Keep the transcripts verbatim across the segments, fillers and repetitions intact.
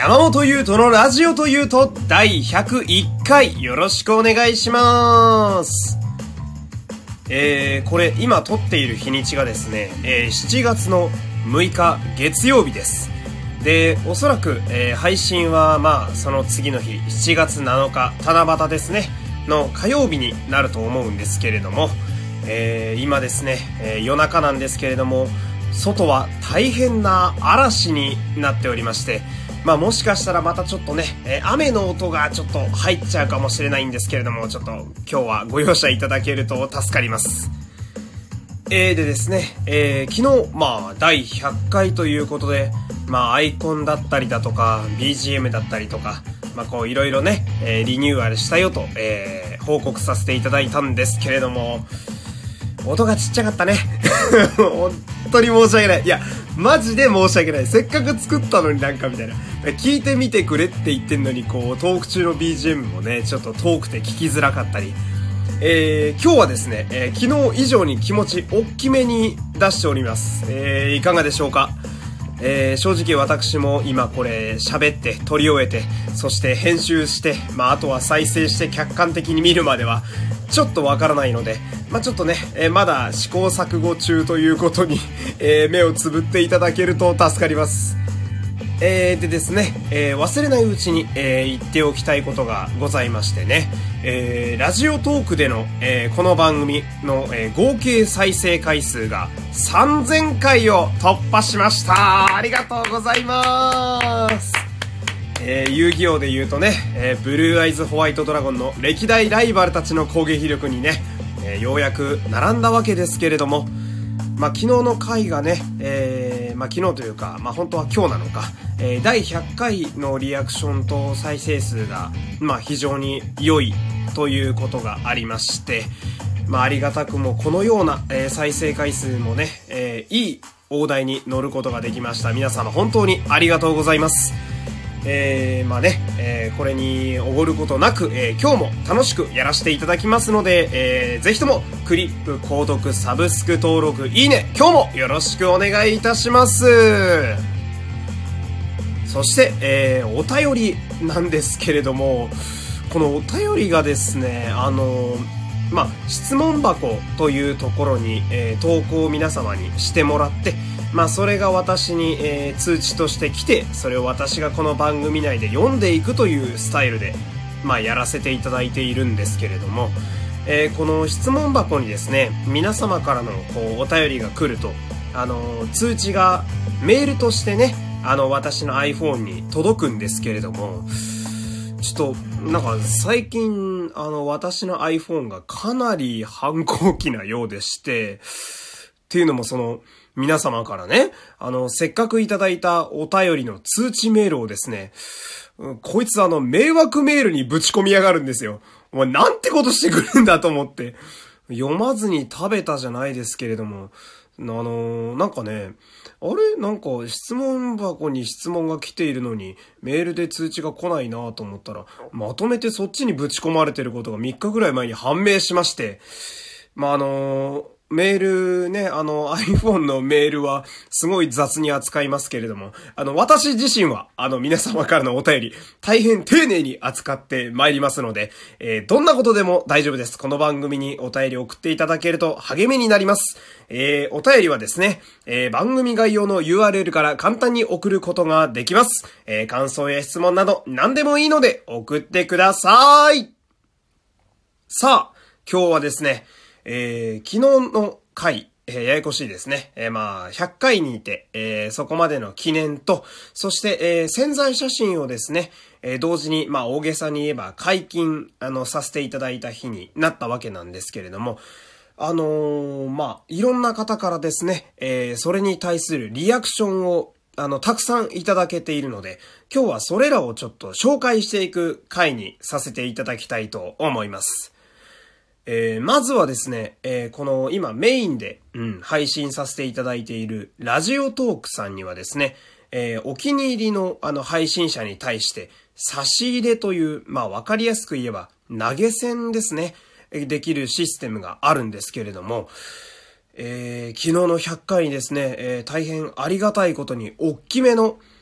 山本優斗のラジオというとだいひゃくいっかいよろしくお願いします。えー、これ今撮っている日にちがですね、えー、しちがつのむいか月曜日です。で、おそらく、えー、配信はまあその次の日しちがつなのか七夕ですねの火曜日になると思うんですけれども、えー、今ですね、えー、夜中なんですけれども、外は大変な嵐になっておりまして、まあもしかしたらまたちょっとね、えー、雨の音がちょっと入っちゃうかもしれないんですけれども、ちょっと今日はご容赦いただけると助かります。えー、でですね、えー、昨日まあだいひゃっかいということで、まあアイコンだったりだとか ビージーエム だったりとか、まあこういろいろね、えー、リニューアルしたよと、えー、報告させていただいたんですけれども、音がちっちゃかったね。本当に申し訳ない。いや、マジで申し訳ない。せっかく作ったのになんかみたいな。聞いてみてくれって言ってんのに、こう、トーク中の ビージーエム もね、ちょっと遠くて聞きづらかったり。えー、今日はですね、えー、昨日以上に気持ち大きめに出しております。えー、いかがでしょうか。えー、正直私も今これ喋って撮り終えて、そして編集して、まああとは再生して客観的に見るまではちょっとわからないので、まあちょっとね、えー、まだ試行錯誤中ということに、えー、目をつぶっていただけると助かります。えー、でですね、えー、忘れないうちに、えー、言っておきたいことがございましてね、えー、ラジオトークでの、えー、この番組の、えー、合計再生回数がさんぜんかいを突破しました。ありがとうございます。えー、遊戯王で言うとね、えー、ブルーアイズホワイトドラゴンの歴代ライバルたちの攻撃力にね、えー、ようやく並んだわけですけれども、まあ、昨日の回がね、えー、まあ、昨日というか、まあ、本当は今日なのか、えー、だいひゃっかいのリアクションと再生数が、まあ、非常に良いということがありまして、まあ、ありがたくもこのような、えー、再生回数もね、えー、いい大台に乗ることができました。皆様本当にありがとうございます。えー、まあね、えー、これにおごることなく、えー、今日も楽しくやらせていただきますので、えー、ぜひともクリップ、購読、サブスク登録、いいね、今日もよろしくお願いいたします。そして、えー、お便りなんですけれども、このお便りがですね、あのー、まあ、質問箱というところに、えー、投稿を皆様にしてもらって、まあそれが私に、えー、通知として来て、それを私がこの番組内で読んでいくというスタイルで、まあやらせていただいているんですけれども、えー、この質問箱にですね、皆様からのこうお便りが来ると、あのー、通知がメールとしてね、あの私の iPhone に届くんですけれども、ちょっとなんか最近あの私の iPhone がかなり反抗期なようでして、っていうのもその皆様からね、あの、せっかくいただいたお便りの通知メールをですね、うん、こいつあの、迷惑メールにぶち込みやがるんですよ。お前なんてことしてくるんだと思って。読まずに食べたじゃないですけれども、あのー、なんかね、あれなんか質問箱に質問が来ているのに、メールで通知が来ないなと思ったら、まとめてそっちにぶち込まれてることがみっかぐらい前に判明しまして、まあ、あのー、メールね、あの iPhone のメールはすごい雑に扱いますけれども、あの私自身はあの皆様からのお便り大変丁寧に扱ってまいりますので、えー、どんなことでも大丈夫です。この番組にお便りを送っていただけると励みになります。えー、お便りはですね、えー、番組概要の ユーアールエル から簡単に送ることができます。えー、感想や質問など何でもいいので送ってください。さあ、今日はですね、えー、昨日の回、えー、ややこしいですね。えー、まあ、ひゃっかいにいて、えー、そこまでの記念と、そして、えー、宣材写真をですね、えー、同時に、まあ、大げさに言えば解禁、あの、させていただいた日になったわけなんですけれども、あのー、まあ、いろんな方からですね、えー、それに対するリアクションを、あの、たくさんいただけているので、今日はそれらをちょっと紹介していく回にさせていただきたいと思います。えー、まずはですね、えー、この今メインで、うん、配信させていただいているラジオトークさんにはですね、えー、お気に入りのあの配信者に対して差し入れという、まあわかりやすく言えば投げ銭ですね、できるシステムがあるんですけれども、えー、昨日のひゃっかいにですね、えー、大変ありがたいことに大きめの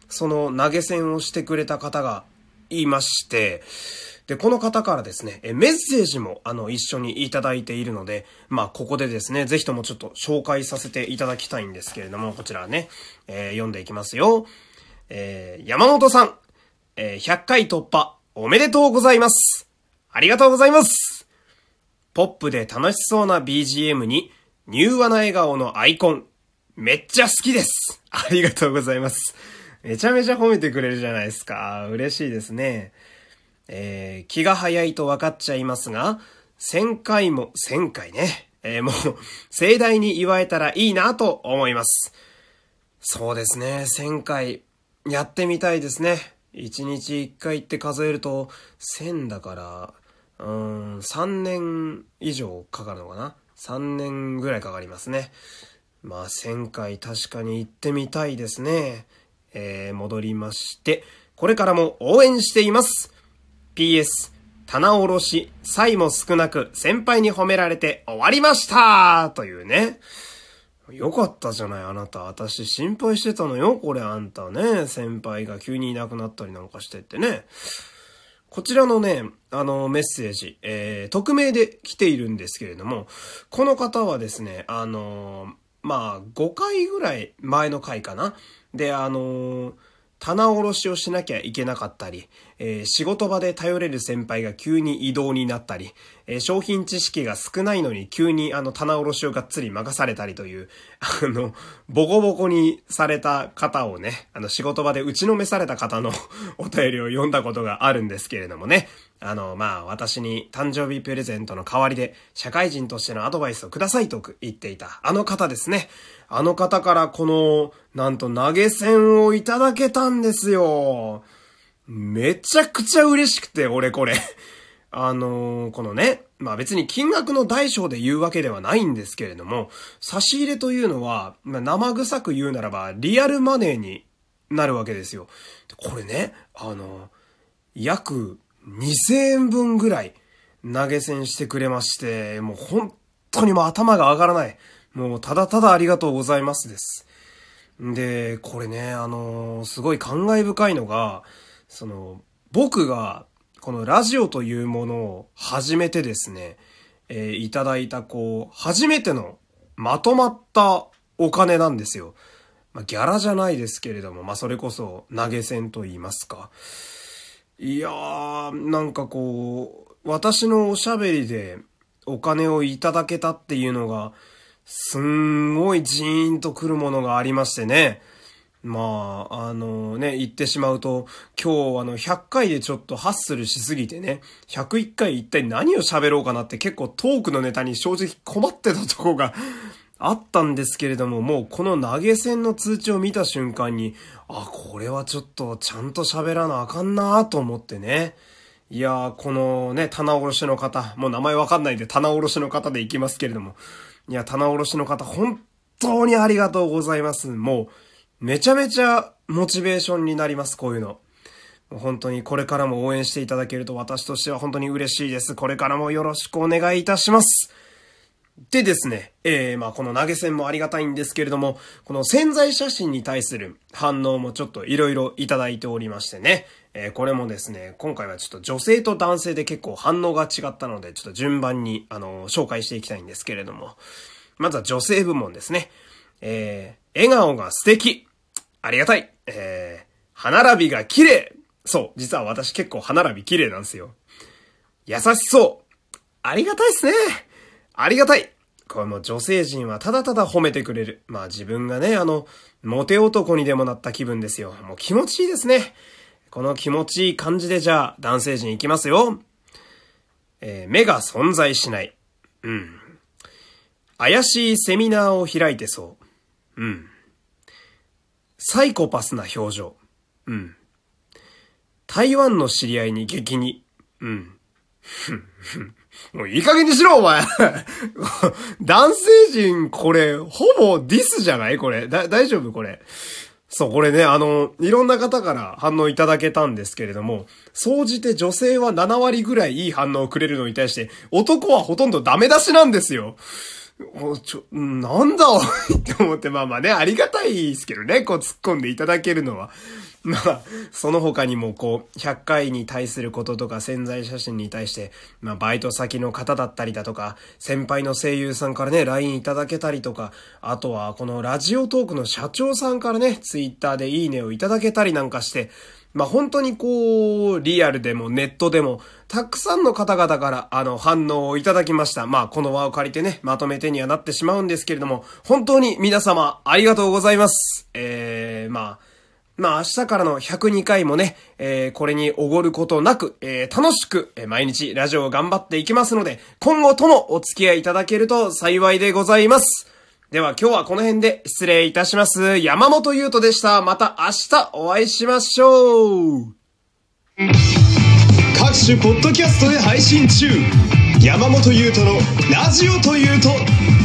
その投げ銭をしてくれた方がいまして、で、この方からですね、メッセージも、あの、一緒にいただいているので、まあ、ここでですね、ぜひともちょっと紹介させていただきたいんですけれども、こちらね、えー、読んでいきますよ。えー、山本さん、えー、ひゃっかい突破、おめでとうございます。ありがとうございます。ポップで楽しそうな ビージーエム に、柔和な笑顔のアイコン、めっちゃ好きです。ありがとうございます。めちゃめちゃ褒めてくれるじゃないですか。嬉しいですね。えー、気が早いと分かっちゃいますが、せんかいも、せんかいね。えー、もう、盛大に祝えたらいいなと思います。そうですね、せんかい、やってみたいですね。いちにちいっかいって数えると、せんだから、うーん、さんねん以上かかるのかな ?さん 年ぐらいかかりますね。まあ、せんかい確かに行ってみたいですね。えー、戻りまして、これからも応援しています。ピーエス、棚卸し、差異も少なく先輩に褒められて終わりましたというね。よかったじゃないあなた。私心配してたのよ。これあんたね。先輩が急にいなくなったりなんかしてってね。こちらのね、あのメッセージ、えー、匿名で来ているんですけれども、この方はですね、あのー、まあ、ごかいぐらい前の回かな。で、あのー、棚卸しをしなきゃいけなかったり、えー、仕事場で頼れる先輩が急に異動になったり、えー、商品知識が少ないのに急にあの棚卸しをがっつり任されたりという、あの、ボコボコにされた方をね、あの仕事場で打ちのめされた方のお便りを読んだことがあるんですけれどもね、あの、まあ、私に誕生日プレゼントの代わりで社会人としてのアドバイスをくださいと言っていたあの方ですね。あの方からこの、なんと投げ銭をいただけたんですよ。めちゃくちゃ嬉しくて、俺これ。あのー、このね、まあ別に金額の大小で言うわけではないんですけれども、差し入れというのは、まあ、生臭く言うならば、リアルマネーになるわけですよ。これね、あのー、約にせんえんぶんぐらい投げ銭してくれまして、もう本当にもう頭が上がらない。もうただただありがとうございますです。で、これね、あのー、すごい感慨深いのが、その、僕が、このラジオというものを始めてですね、えー、いただいた、こう、初めてのまとまったお金なんですよ。まあ、ギャラじゃないですけれども、まあ、それこそ投げ銭と言いますか。いやー、なんかこう、私のおしゃべりでお金をいただけたっていうのが、すんごいジーンとくるものがありましてね。まあ、あのね、言ってしまうと、今日あのひゃっかいでちょっとハッスルしすぎてね、ひゃくいっかい一体何を喋ろうかなって結構トークのネタに正直困ってたとこがあったんですけれども、もうこの投げ銭の通知を見た瞬間に、あ、これはちょっとちゃんと喋らなあかんなと思ってね。いやー、このね、棚卸しの方、もう名前わかんないんで棚卸しの方でいきますけれども、いや、棚卸しの方、本当にありがとうございます。もう、めちゃめちゃモチベーションになります、こういうの。もう本当にこれからも応援していただけると私としては本当に嬉しいです。これからもよろしくお願いいたします。でですね、えー、まあこの投げ銭もありがたいんですけれども、この宣材写真に対する反応もちょっといろいろいただいておりましてね、えー、これもですね、今回はちょっと女性と男性で結構反応が違ったので、ちょっと順番に、あのー、紹介していきたいんですけれども、まずは女性部門ですね。えー、笑顔が素敵。ありがたい。えー、歯並びが綺麗。そう、実は私結構歯並び綺麗なんですよ。優しそう。ありがたいっすね。ありがたい。この女性陣はただただ褒めてくれる。まあ自分がね、あの、モテ男にでもなった気分ですよ。もう気持ちいいですね。この気持ちいい感じでじゃあ男性陣いきますよ。えー、目が存在しない。うん。怪しいセミナーを開いてそう。うん。サイコパスな表情。うん。台湾の知り合いに激に。うん。もういい加減にしろお前男性陣これほぼディスじゃないこれ。だ、大丈夫これ。そう、これね、あの、いろんな方から反応いただけたんですけれども、総じて女性はななわりぐらいいい反応をくれるのに対して、男はほとんどダメ出しなんですよ。ちょ、なんだおいって思って、まあまあね、ありがたいですけどね、こう突っ込んでいただけるのは。 まあ、その他にもこう、ひゃっかいに対することとか宣材写真に対して、まあ、バイト先の方だったりだとか、先輩の声優さんからね、ライン いただけたりとか、あとはこのラジオトークの社長さんからね、ツイッターでいいねをいただけたりなんかして、まあ、本当にこう、リアルでもネットでも、たくさんの方々から、あの、反応をいただきました。まあ、この輪を借りてね、まとめてにはなってしまうんですけれども、本当に皆様、ありがとうございます。えー、まあ、まあ明日からのひゃくにかいもね、えー、これにおごることなく、えー、楽しく、えー、毎日ラジオを頑張っていきますので、今後ともお付き合いいただけると幸いでございます。では今日はこの辺で失礼いたします。山本優斗でした。また明日お会いしましょう。 各種ポッドキャストで配信中。山本優斗のラジオというと。